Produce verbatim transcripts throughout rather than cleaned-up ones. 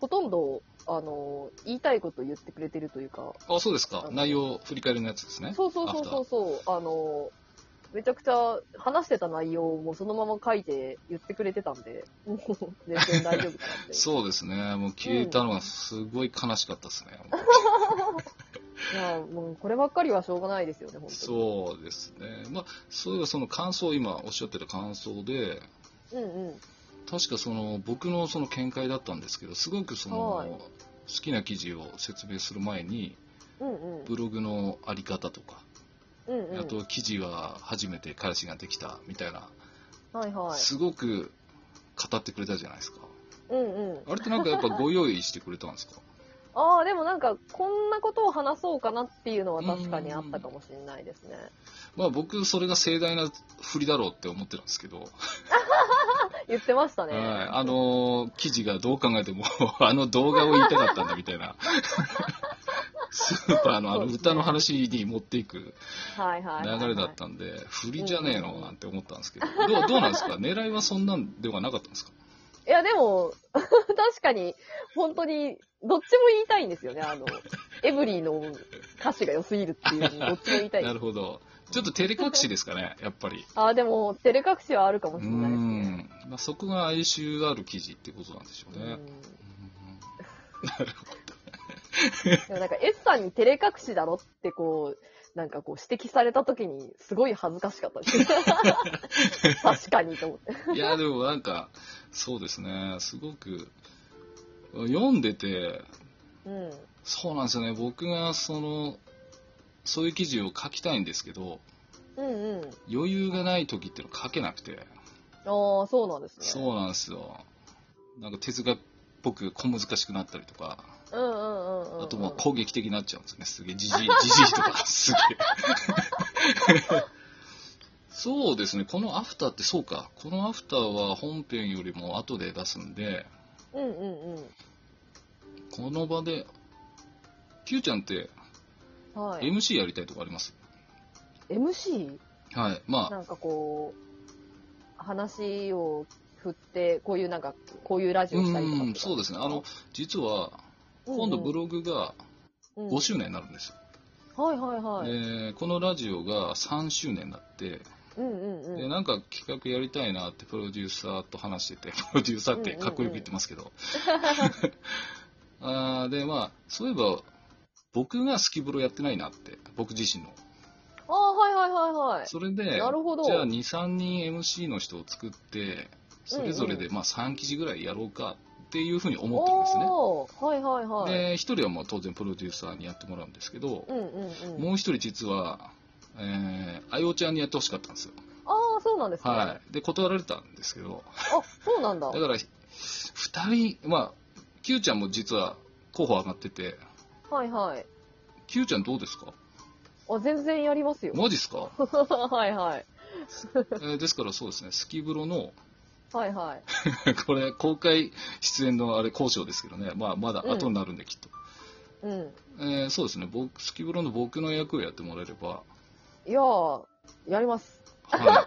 ほとんど、あの、言いたいこと言ってくれてるというか。 あ、そうですか。内容振り返りのやつですね。 そうそうそうそうそう。あの、めちゃくちゃ話してた内容もそのまま書いて言ってくれてたんで、もう全然大丈夫かなって。 そうですね。もう消えたのがすごい悲しかったですね。 いや、もうこればっかりはしょうがないですよね、本当に。 そうですね。まあ、そういえばその感想、今おっしゃってた感想で、 うんうん。 確かその僕のその見解だったんですけど、すごくその、 はい、 好きな記事を説明する前に、 うんうん、 ブログのあり方とか、 うんうん、 あと記事は初めて彼氏ができたみたいな、 はいはい、 すごく語ってくれたじゃないですか。 うんうん。 あれってなんかやっぱご用意してくれたんですか？ ああ、でもなんか、こんなことを話そうかなっていうのは確かにあったかもしれないですね。 まあ僕、それが盛大な振りだろうって思ってるんですけど。 言ってましたね。 はい。あのー、記事がどう考えても、あの動画を言いたかったんだみたいな。スーパーのあの歌の話に持っていく流れだったんで、振りじゃねえのなんて思ったんですけど、どう、どうなんですか？狙いはそんなんではなかったんですか？ いや、でも、確かに、本当に、どっちも言いたいんですよね。あの、エブリィの歌詞が良すぎるっていうのどっちも言いたい。 なるほど。ちょっと照れ隠しですかね、やっぱり。 あ、でも、照れ隠しはあるかもしれないですね。 うん。まあ、そこが哀愁ある記事ってことなんでしょうね。うんなるほど。 でもなんか S さんに照れ隠しだろってこう、なんかこう指摘された時にすごい恥ずかしかったです。確かにと思って。 いや、でもなんか、そうですね、すごく、読んでて、うん、そうなんですよね、僕がその、そういう記事を書きたいんですけど、うんうん、余裕がない時っていうの書けなくて。 ああ、そうなんですね。 そうなんですよ。なんか哲学っぽく小難しくなったりとか、うんうんうんうん、あともう攻撃的になっちゃうんですよね。すげえ、じじい、じじいとか、すげえ。そうですね、このアフターってそうか。このアフターは本編よりも後で出すんで、うんうんうん、この場で、Q ちゃんって、はい、エムシー やりたいとかあります？ エムシー？ はい、まあ。 なんかこう、話を振って、こういうなんか、こういうラジオしたりとか。うん、 そうですね。あの、実は、今度ブログがごしゅうねんになるんですよ。うんうん、はいはいはい。で、このラジオがさんしゅうねんになって、うんうんうん、でなんか企画やりたいなってプロデューサーと話してて、プロデューサーってかっこよく言ってますけど、うんうんうん、あでまあそういえば僕がスキブロやってないなって、僕自身の。 ああはいはいはいはい。 それでなるほど、 じゃあにさんにん エムシー の人を作ってそれぞれでまあさん記事ぐらいやろうかっていうふうに思ってるんですね。はいはいはい。でひとりはもう当然プロデューサーにやってもらうんですけど、うんうんうん、もうひとり実はえー、あよちゃんにやってほしかったんですよ。 ああ、そうなんですね。 はい。で、断られたんですけど。 あ、そうなんだ。 だから、二人、まあ、Q ちゃんも実は候補上がってて。はいはい。Q ちゃんどうですか？ あ、全然やりますよ。 マジっすか？ はいはい。 えー、ですからそうですね、スキブロの、 はいはい。 これ、公開出演のあれ交渉ですけどね。まあ、まだ後になるんで、きっと。うん。えー、そうですね、僕、スキブロの僕の役をやってもらえれば。 いやー、やります。 はい。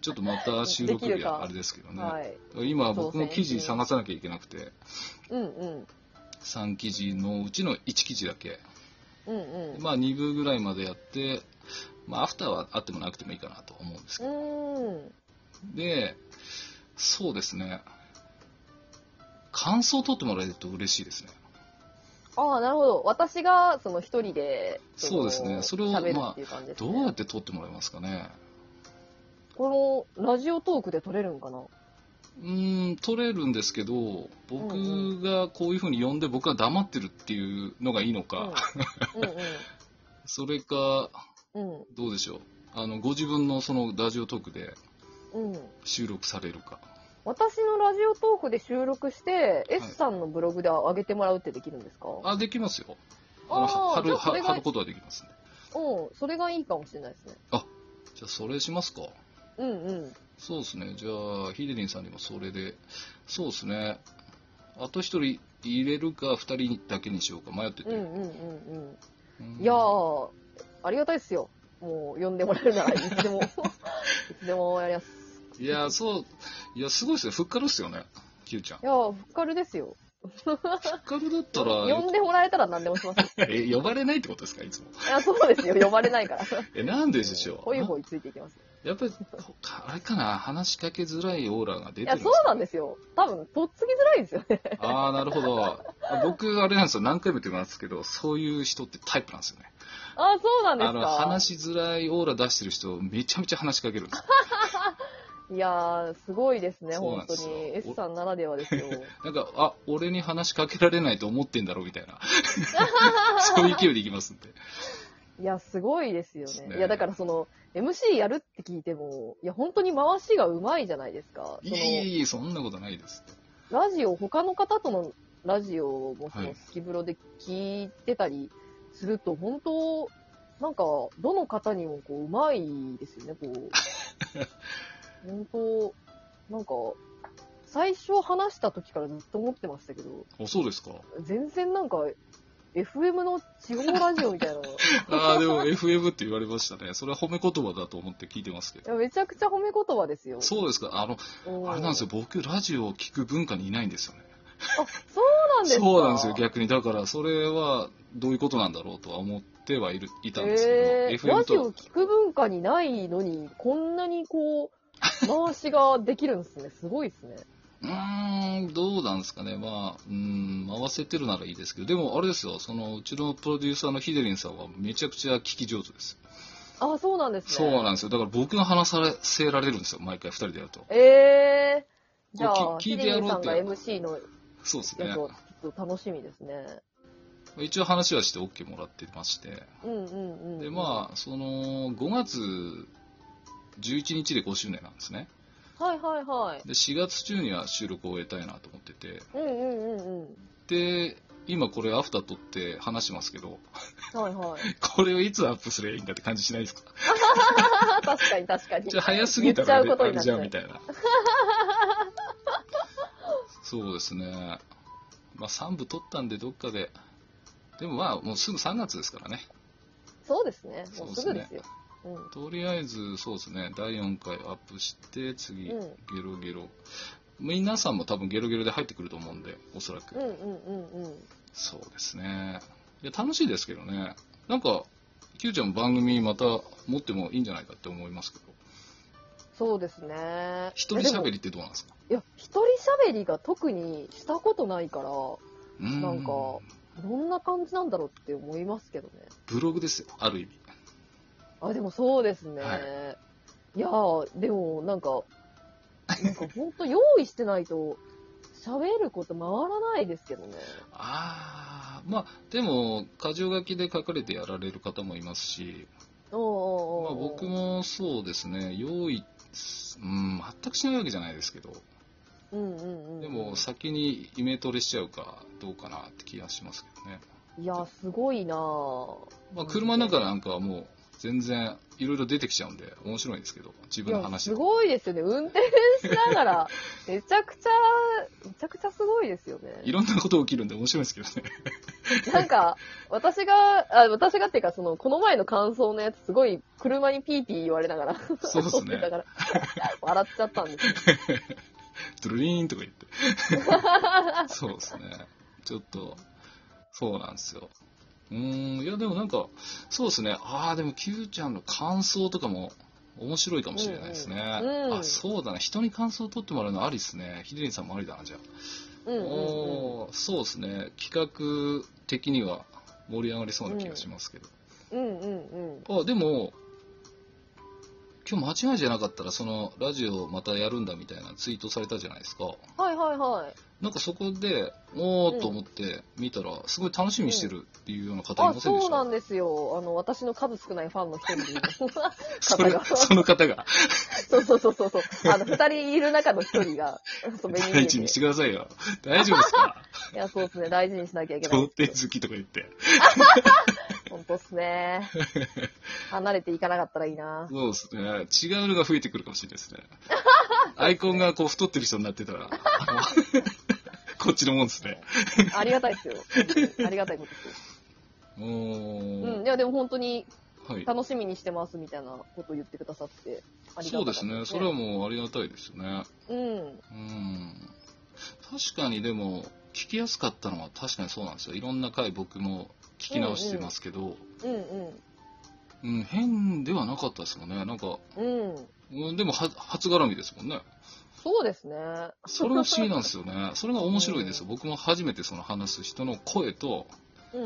ちょっとまた収録日はあれですけどね。はい、今僕も記事探さなきゃいけなくて。うんうん。さん記事のうちのいち記事だけ。うんうん。まあに部ぐらいまでやって、まあアフターはあってもなくてもいいかなと思うんですけど。うん。で、そうですね。感想を取ってもらえると嬉しいですね。ああ、なるほど。私がその一人でそうですね。それをまあどうやって取ってもらえますかね。 このラジオトークで撮れるんかな？ うーん、撮れるんですけど、僕がこういう風に呼んで僕が黙ってるっていうのがいいのか、うんうんうん、それか、うん、どうでしょう。あのご自分のそのラジオトークで収録されるか。 うん、私のラジオトークで収録して、はい、S さんのブログで上げてもらうってできるんですか？ あ、できますよ。あの貼る貼ることはできますね。 うん、それがいいかもしれないですね。 あ、じゃあそれしますか。 うんうん。 そうですね。じゃあ、ヒデリンさんにもそれで、そうですね。あと一人入れるか二人だけにしようか迷ってて。うんうんうんうん。いやー、ありがたいっすよ。もう呼んでもらえるならいつでも、いつでもやります。 いや、そう、いや、すごいですよ。ふっかるっすよね、Q ちゃん。 いや、ふっかるですよ。 光だったら、 呼んでもらえたら何でもします。 え、呼ばれないってことですか、いつも。 いや、そうですよ。呼ばれないから。 え、なんででしょう。 ほいほいついていきます。 やっぱり、あれかな、話しかけづらいオーラが出てるんですか、ね、 いや、そうなんですよ。多分、とっつきづらいですよね。 ああ、なるほど。僕、あれなんですよ。何回も言ってますけど、そういう人ってタイプなんですよね。 ああ、そうなんですか。 あの、話しづらいオーラ出してる人、めちゃめちゃ話しかけるんですよ。 いやー、すごいですね、本当に。S さんならではですよ。 なんか、あ、俺に話しかけられないと思ってんだろうみたいな。そういう勢いでいきますんで。 いや、すごいですよね。ねいや、だからその、エムシー やるって聞いても、いや、本当に回しがうまいじゃないですか。 いえいえいえ、そんなことないです。 ラジオ、他の方とのラジオもそのスキブロで聞いてたりすると、はい、本当、なんか、どの方にもこう、うまいですよね、こう。本当、なんか、最初話した時からずっと思ってましたけど。 あ、そうですか。 全然なんか、エフエム の地方ラジオみたいな。 ああ、でも エフエム って言われましたね。それは褒め言葉だと思って聞いてますけど。 いや、めちゃくちゃ褒め言葉ですよ。 そうですか。あの、あれなんですよ。僕、ラジオを聞く文化にいないんですよね。 あ、そうなんですか。 そうなんですよ、逆に。だから、それはどういうことなんだろうとは思ってはいるいたんですけど。 えー、 エフエム とラジオ聞く文化にないのに、こんなにこう、回しができるんですね。すごいですね。 うーん、どうなんですかね。まあ、うん、回せてるならいいですけど、でもあれですよ、その、うちのプロデューサーのヒデリンさんはめちゃくちゃ聞き上手です。 あ、そうなんですね。 そうなんですよ。だから僕が話させられるんですよ、毎回二人でやると。 えー、じゃあ、 聞いてやろうって。ヒデリンさんが エムシー の、 そうですね。 ちょっと楽しみですね。 一応話はして OK もらってまして。 うんうんうん、うん。 で、まあ、その、ごがつじゅういちにちでごしゅうねんなんですね。 はいはいはい。 で、しがつ中には収録を終えたいなと思ってて。 うんうんうんうん。 で、今これアフター撮って話してますけど。 はいはい。 これをいつアップすればいいんだって感じしないですか？ 確かに確かに。 じゃあ早すぎたらあれじゃんみたいな。そうですね。まあさんぶ撮ったんでどっかで。でもまあもうすぐさんがつですからね。 そうですね。もうすぐですよ。 うん、とりあえずそうですね、だいよんかいアップして次、うん、ゲロゲロ皆さんも多分ゲロゲロで入ってくると思うんで、おそらく。 うんうんうんうん。 そうですね。いや楽しいですけどね。なんか Q ちゃんも番組また持ってもいいんじゃないかって思いますけど。 そうですね。 一人喋りってどうなんですか？ いや、一人喋りが特にしたことないから、んなんかどんな感じなんだろうって思いますけどね。 ブログですよ、ある意味。 あ、でもそうですね。 はい、 いやー、でもなんか、なんか本当用意してないと喋ること回らないですけどね。 ああ、まあでも箇条書きで書かれてやられる方もいますし、おーおーおー、まあ、僕もそうですね、用意、うん、全くしないわけじゃないですけど、 うんうんうんうん、 でも先にイメトレしちゃうかどうかなって気がしますけどね。 いや、すごいなぁ。 まあ、車の中なんかはもう全然いろいろ出てきちゃうんで面白いんですけど、自分の話すごいですよね。運転しながらめちゃくちゃめちゃくちゃすごいですよね。 いろんなこと起きるんで面白いんですけどね。 なんか私があ私がっていうかそのこの前の感想のやつすごい車にピーピー言われながらそうですね。 だから笑っちゃったんですよ。 ドゥルリーンとか言ってそうですね。ちょっとそうなんですよ。うーん、いやでもなんかそうですね。ああでも Q ちゃんの感想とかも面白いかもしれないですね。うんうん、あ、そうだな。人に感想を取ってもらうのありですね。ヒデリンさんもありだな、じゃあ。うんうんうん、おそうですね。企画的には盛り上がりそうな気がしますけど。 うんうんうん、 あ、でも、今日間違いじゃなかったら、そのラジオまたやるんだみたいなツイートされたじゃないですか。 はいはいはい。 なんかそこで、おーと思って見たら、すごい楽しみにしてるっていうような方いませんでした？うん、 あ、そうなんですよ。あの、私の数少ないファンの一人で方が。その方が。 そうそうそうそう。あの、二人いる中の一人が、 大事にしてくださいよ。大丈夫ですか？ いや、そうですね。大事にしなきゃいけない。 童貞好きとか言って。 本当っすね。離れていかなかったらいいな。 そうですね。違うのが増えてくるかもしれないですね。アイコンがこう太ってる人になってたら、こっちのもんですね。 ありがたいですよ。ありがたいことですよ。 おー。 うん。いや、でも本当に楽しみにしてますみたいなことを言ってくださって、 ありがたいですね。そうですね。それはもうありがたいですよね。 うん。うん。確かにでも、 聞きやすかったのは確かにそうなんですよ。いろんな回僕も聞き直してますけど、 うんうん。 うん、変ではなかったですもんね。なんか、うん、でもは初絡みですもんね。 そうですね。 それが不思議なんですよね。それが面白いですよ。うん、僕も初めてその話す人の声と、うんうん、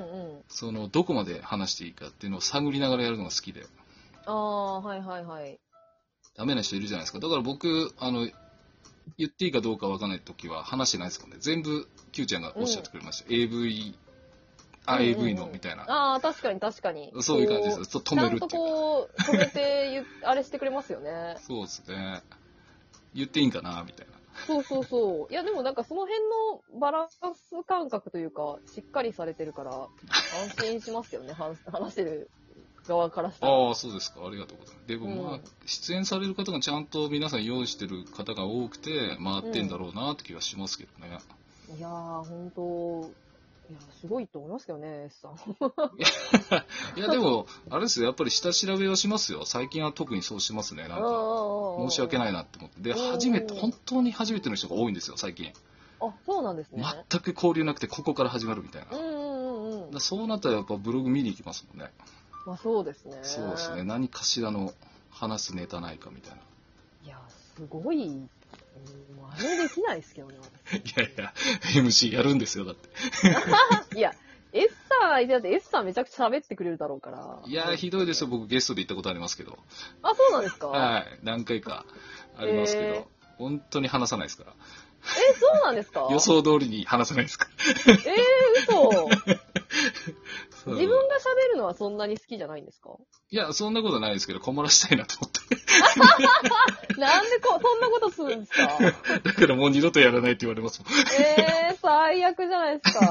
そのどこまで話していいかっていうのを探りながらやるのが好きで。 ああ、はいはいはい。 ダメな人いるじゃないですか。だから僕、あの、言っていいかどうかわかんないときは話してないですもんね。全部、Q ちゃんがおっしゃってくれました。うん、エーブイ、あ、うんうんうん、エーブイ のみたいな。 ああ、確かに確かに。 そういう感じです。ちょっと止めるっていう。ちゃんとこう、止めて、あれしてくれますよね。 そうですね。言っていいんかなみたいな。 そうそうそう。いや、でもなんかその辺のバランス感覚というか、しっかりされてるから、安心しますよね、話してる側からしたら。 ああ、そうですか。ありがとうございます。でもまあ、うん、出演される方がちゃんと皆さん用意してる方が多くて、回ってんだろうなって気がしますけどね。 うん、いやー、ほんと、いや、すごいと思いますけどね、S さん。 いや、でも、あれですよ、やっぱり下調べをしますよ。最近は特にそうしますね。なんか、申し訳ないなって思って。で、初めて、本当に初めての人が多いんですよ、最近。 あ、そうなんですね。 全く交流なくて、ここから始まるみたいな。 うんうんうん。 そうなったらやっぱブログ見に行きますもんね。 まあそうですね。 そうですね。何かしらの話すネタないかみたいな。 いや、すごい、うん、あれできないですけどね。 いやいや、エムシー やるんですよ、だって。 いや、S さん、だって S さんめちゃくちゃ喋ってくれるだろうから。 いや、ひどいですよ。僕ゲストで行ったことありますけど。 あ、そうなんですか？ はい。何回かありますけど、えー、本当に話さないですから。 え、そうなんですか？ 予想通りに話さないですか？ えー、嘘。自分が喋るのはそんなに好きじゃないんですか？ いや、そんなことないですけど、困らしたいなと思って。 なんでこ、そんなことするんですか？ だからもう二度とやらないって言われますもん。 えー、最悪じゃないですか。